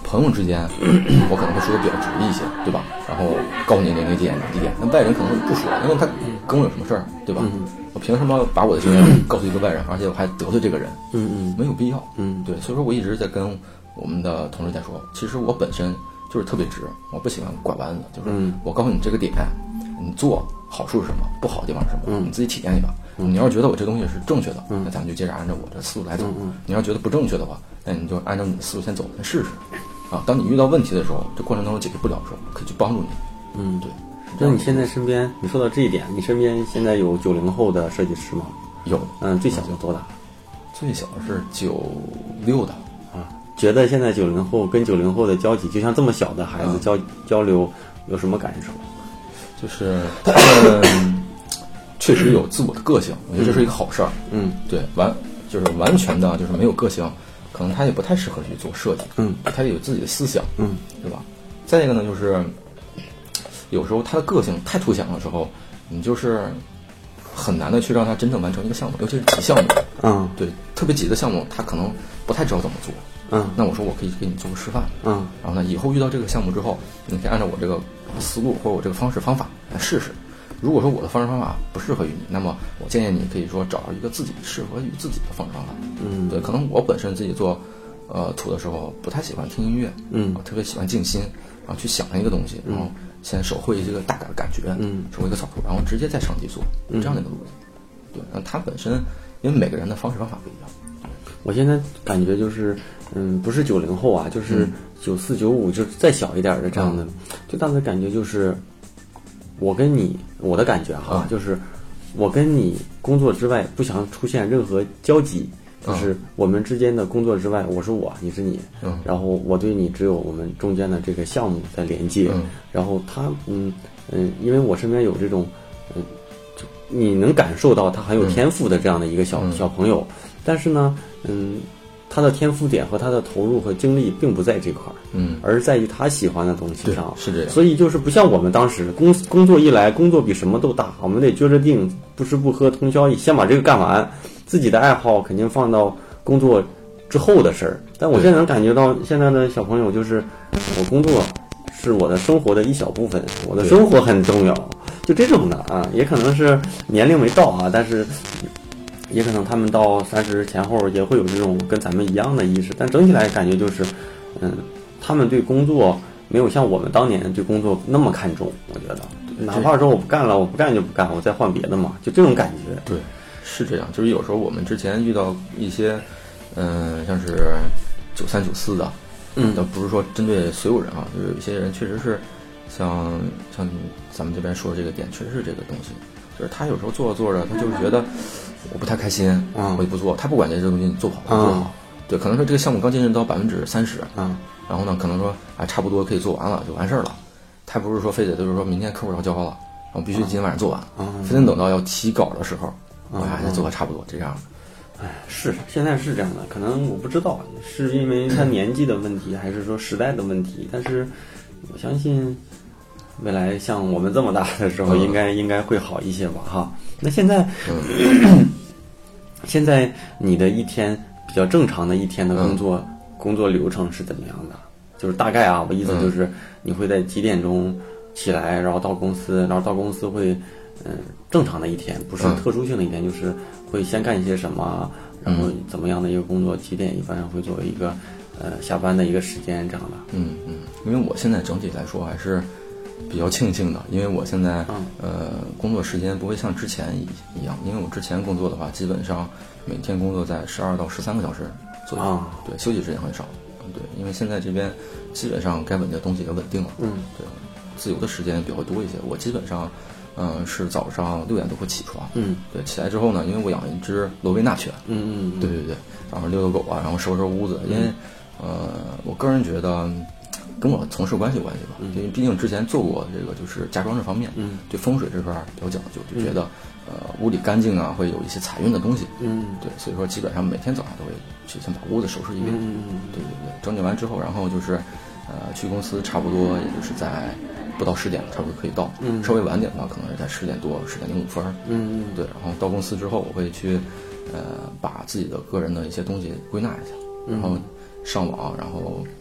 朋友之间，我可能会说的比较直一些，对吧？然后告诉你哪哪点哪几点，那外人可能不说，因为他跟我有什么事儿，对吧？嗯、我凭什么把我的经验告诉一个外人，而且我还得罪这个人？ 嗯嗯， 没有必要。 嗯， 对，所以说我一直在跟我们的同事在说，其实我本身就是特别直，我不喜欢拐弯子，就是我告诉你这个点，你做好处是什么，不好的地方是什么，嗯、你自己体验去吧。嗯、你要是觉得我这东西是正确的，嗯、那咱们就接着按照我的思路来走。嗯、你要觉得不正确的话，那你就按照你的思路先走，先试试。啊，当你遇到问题的时候，这过程当中解决不了的时候，可以去帮助你。 嗯，对。那你现在身边，你说到这一点，你身边现在有九零后的设计师吗？ 有。 嗯，最小的多大？ 最小的是九六的。 啊，觉得现在九零后跟九零后的交集，就像这么小的孩子交、嗯、交流，有什么感受？ 就是他们确实有自我的个性，我觉得这是一个好事儿。嗯，对，完就是完全的就是没有个性，可能他也不太适合去做设计。嗯，他也有自己的思想。嗯，对吧？再一个呢，就是有时候他的个性太凸显的时候，你就是很难的去让他真正完成一个项目，尤其是急项目。嗯，对，特别急的项目，他可能不太知道怎么做。嗯，那我说我可以给你做个示范。嗯，然后呢，以后遇到这个项目之后，你可以按照我这个思路或者我这个方式方法来试试。如果说我的方式方法不适合于你，那么我建议你可以说找一个自己适合于自己的方式方法。嗯，对，可能我本身自己做呃图的时候不太喜欢听音乐，嗯，我特别喜欢静心，然后去想一个东西，然后先手绘一个大概的感觉，嗯，手绘一个草图，然后直接再上机做，这样的一个路子。对，那它本身因为每个人的方式方法不一样。 我现在感觉就是，嗯，不是九零后啊，就是九四九五，就是再小一点的这样的，嗯、最大的感觉就是，我跟你，我的感觉哈，嗯、就是我跟你工作之外不想出现任何交集，就是我们之间的工作之外，我是我，你是你，嗯，然后我对你只有我们中间的这个项目在连接，嗯，然后他，嗯嗯，因为我身边有这种，嗯，就你能感受到他很有天赋的这样的一个小、嗯、小朋友。但是呢，嗯，他的天赋点和他的投入和精力并不在这块儿，嗯，而在于他喜欢的东西上， 是这样。 所以就是不像我们当时工工作一来，工作比什么都大，我们得撅着腚，不吃不喝，通宵先把这个干完，自己的爱好肯定放到工作之后的事儿。但我现在能感觉到，现在的小朋友就是我工作是我的生活的一小部分，我的生活很重要，就这种的啊，也可能是年龄没到啊，但是。也可能他们到三十前后也会有这种跟咱们一样的意识，但整体来感觉就是，嗯，他们对工作没有像我们当年对工作那么看重。我觉得，哪怕说我不干了，我不干就不干，我再换别的嘛，就这种感觉。 对，是这样。就是有时候我们之前遇到一些，嗯、呃，像是九三九四的，嗯，倒不是说针对所有人啊，就是有一些人确实是像像咱们这边说的这个点，确实是这个东西，就是他有时候做着做着，他就是觉得。我不太开心，嗯，我就不做。他不管这个东西你做不好，不做好，对，可能说这个项目刚进入到百分之三十，嗯，然后呢，可能说啊，差不多可以做完了就完事儿了。他不是说非得就是说明天客户要交了，然后必须今天晚上做完，嗯，非得等到要提稿的时候，我还得做的差不多，这样的。 哎，是现在是这样的，可能我不知道是因为他年纪的问题，还是说时代的问题，但是我相信未来像我们这么大的时候，应该、嗯、应该会好一些吧，哈。那现在，嗯、现在你的一天比较正常的一天的工作、嗯、工作流程是怎么样的？就是大概啊，我意思就是你会在几点钟起来，然后到公司，然后到公司会，嗯，正常的一天，不是特殊性的一天，嗯、就是会先干一些什么，然后怎么样的一个工作，几点一般上会作为一个呃下班的一个时间这样的。 嗯嗯，因为我现在整体来说还是。比较庆幸的，因为我现在、嗯、呃工作时间不会像之前一样，因为我之前工作的话，基本上每天工作在十二到十三个小时左右，嗯、对，休息时间很少，对，因为现在这边基本上该稳定的东西也稳定了，嗯，对，自由的时间比较多一些。我基本上，嗯、呃，是早上六点多会起床，嗯，对，起来之后呢，因为我养了一只罗威纳犬，嗯嗯，对对对，然后遛遛狗啊，然后收拾屋子，因为呃，我个人觉得。跟我同事关系有关系吧，因为毕竟之前做过这个就是家装这方面，嗯，对风水这块比较讲究，就觉得、嗯、呃屋里干净啊，会有一些财运的东西，嗯，对，所以说基本上每天早上都会去先把屋子收拾一遍，嗯嗯，对对对，整理完之后，然后就是呃去公司差不多也就是在不到十点差不多可以到，嗯，稍微晚点的话可能是在十点多十点零五分，嗯嗯，对，然后到公司之后我会去呃把自己的个人的一些东西归纳一下，然后上网，然后。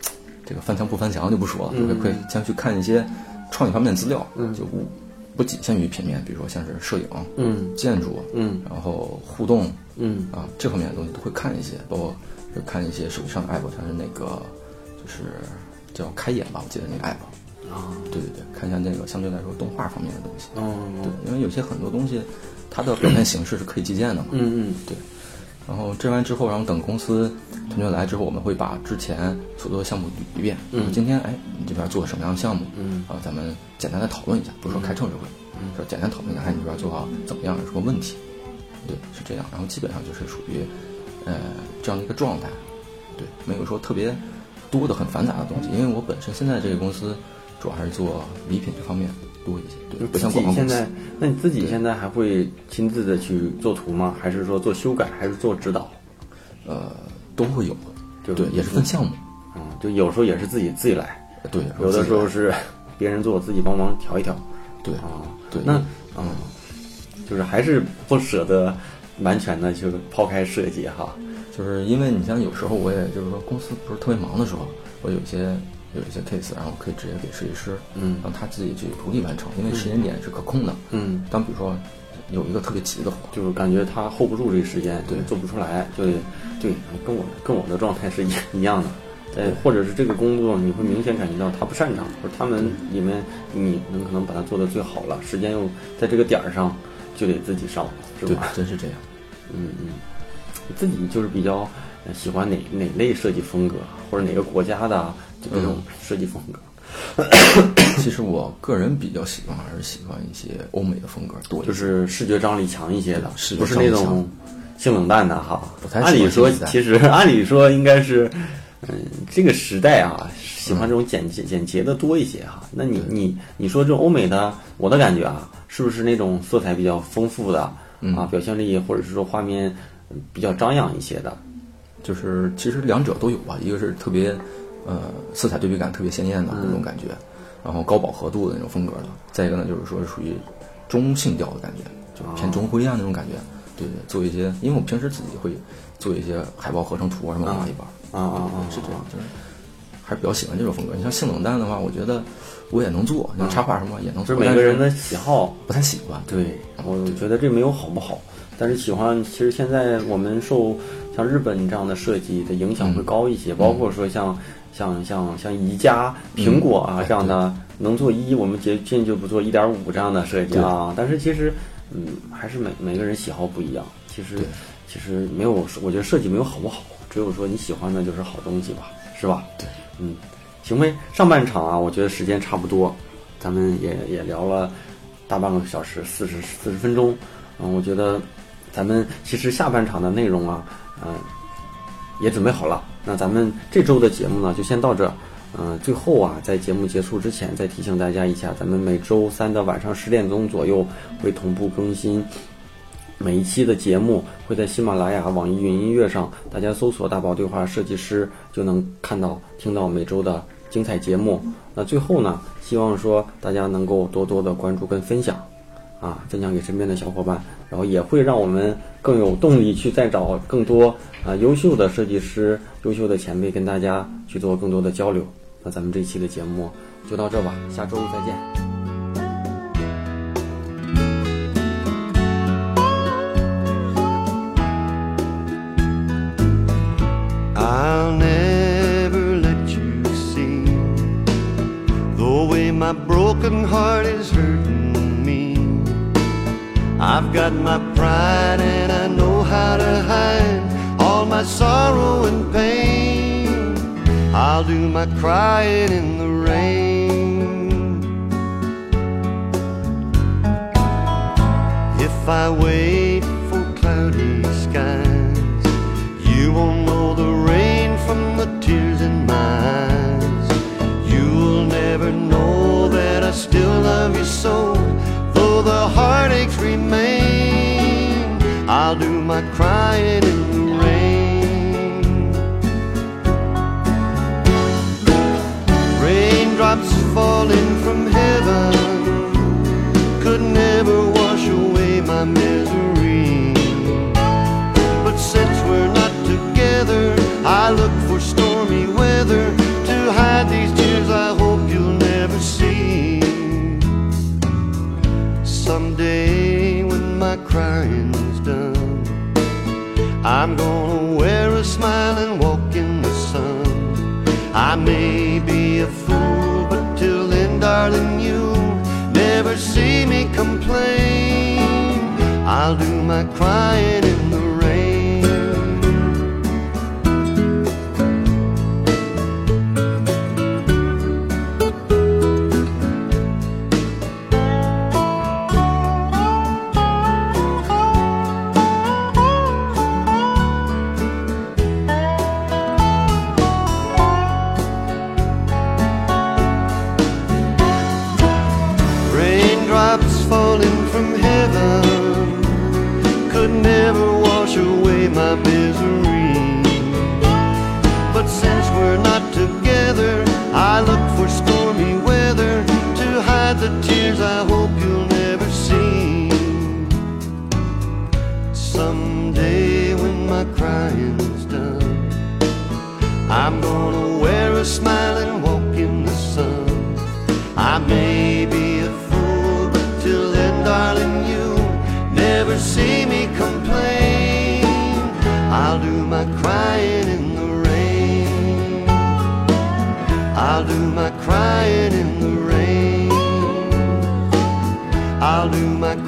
这个翻墙不翻墙就不说了， 嗯、 就可以先去看一些创意方面的资料， 嗯， 就不不仅限于平面，比如说像是摄影， 嗯， 建筑， 嗯， 然后互动， 嗯啊这方面的东西都会看一些，包括会看一些手机上的 app， 像是那个就是叫开眼吧，我记得那个 app。 啊， 对对对，看一下那个相对来说动画方面的东西。 嗯， 对，因为有些很多东西，它的表现形式是可以借鉴的嘛。 嗯嗯， 对。然后这完之后，然后等公司团队来之后，我们会把之前所做的项目捋一遍。 嗯， 今天哎，你这边做了什么样的项目？ 嗯， 啊，咱们简单的讨论一下，不是说开正式会， 嗯， 说简单讨论一下，看你这边做好怎么样，有什么问题。对，是这样。然后基本上就是属于呃这样的一个状态。对，没有说特别多的很繁杂的东西，因为我本身现在这个公司。主要还是做礼品这方面多一些，对，不像广告公司。 现在，那你自己现在还会亲自的去做图吗？还是说做修改，还是做指导？ 呃，都会有， 就对，也是分项目。 嗯，就有时候也是自己自己来， 对， 有的时候是别人做，自己帮忙调一调。 对啊， 对， 那嗯，就是还是不舍得完全的就抛开设计哈。 就是因为你像有时候我也就是说公司不是特别忙的时候，我有一些。有一些 case， 然后可以直接给设计师， 嗯， 让他自己去独立完成，因为时间点是可控的， 嗯。 当比如说有一个特别急的活， 就是感觉他 hold 不住这个时间， 对， 做不出来，就对，跟我跟我的状态是一一样的，呃，或者是这个工作你会明显感觉到他不擅长，或者他们里面你能可能把它做得最好了，时间又在这个点儿上，就得自己上，是吧？ 对，真是这样。 嗯嗯，自己就是比较喜欢哪哪类设计风格，或者哪个国家的。这种设计风格， 嗯、其实我个人比较喜欢，还是喜欢一些欧美的风格多一些， 就是视觉张力强一些的， 是不是那种性冷淡的哈。 不太按理说，其实按理说应该是，嗯，这个时代啊，喜欢这种简洁、嗯、简洁的多一些哈。那你你你说这种欧美的，我的感觉啊，是不是那种色彩比较丰富的、 嗯、 啊，表现力或者是说画面比较张扬一些的？ 就是其实两者都有吧，一个是特别。呃，色彩对比感特别鲜艳的那种感觉，嗯、然后高饱和度的那种风格的。再一个呢，就是说是属于中性调的感觉，就偏中灰啊那种感觉。对对，做一些，因为我平时自己会做一些海报合成图啊什么画一本。 啊啊啊， 是这样，就是还是比较喜欢这种风格。你像性冷淡的话，我觉得我也能做，像插画什么也能做。 就是每个人的喜好不太喜欢。 对，我觉得这没有好不好，但是喜欢。其实现在我们受像日本这样的设计的影响会高一些， 嗯、 包括说像。像像像宜家、苹果啊、嗯、这样的能做一，我们决定就不做一点五这样的设计啊。但是其实，嗯，还是每每个人喜好不一样。其实其实没有，我觉得设计没有好不好，只有说你喜欢的就是好东西吧，是吧？ 对， 嗯，行呗。上半场啊，我觉得时间差不多，咱们也也聊了大半个小时，四十四十分钟。嗯，我觉得咱们其实下半场的内容啊，嗯、呃，也准备好了。那咱们这周的节目呢，就先到这儿。嗯、呃，最后啊，在节目结束之前，再提醒大家一下，咱们每周三的晚上十点钟左右会同步更新每一期的节目，会在喜马拉雅、网易云音乐上，大家搜索“大宝对话设计师”就能看到、听到每周的精彩节目。那最后呢，希望说大家能够多多的关注跟分享。啊，分享给身边的小伙伴，然后也会让我们更有动力去再找更多啊优秀的设计师、优秀的前辈跟大家去做更多的交流。那咱们这一期的节目就到这吧，下周再见。 I'll never let you see the way my broken heart is hurting. I've got my pride and I know how to hide all my sorrow and pain. I'll do my crying in the rain. If I wait for cloudy skies, you won't know the rain from the tears in my eyes. You'll never know that I still love you so. Though the heartaches remain, I'll do my crying in the rain. Raindrops falling from heaven could never wash away my misery. But since we're not together, I look for stormy weather to hide I'm gonna wear a smile and walk in the sun. I may be a fool, but till then, darling, you'll never see me complain. I'll do my crying in the rain. Raindrops falling from heaven could never wash away my misery. But since we're not together, I look for stormy weather to hide the tears I hope you'll never see. Someday when my crying's done, I'm gonna wear a smile and walk in the sun. I may be a fool, but till then, darling, you'll never see me complain. I'll do my crying in the rain. I'll do my crying in the rain. I'll do my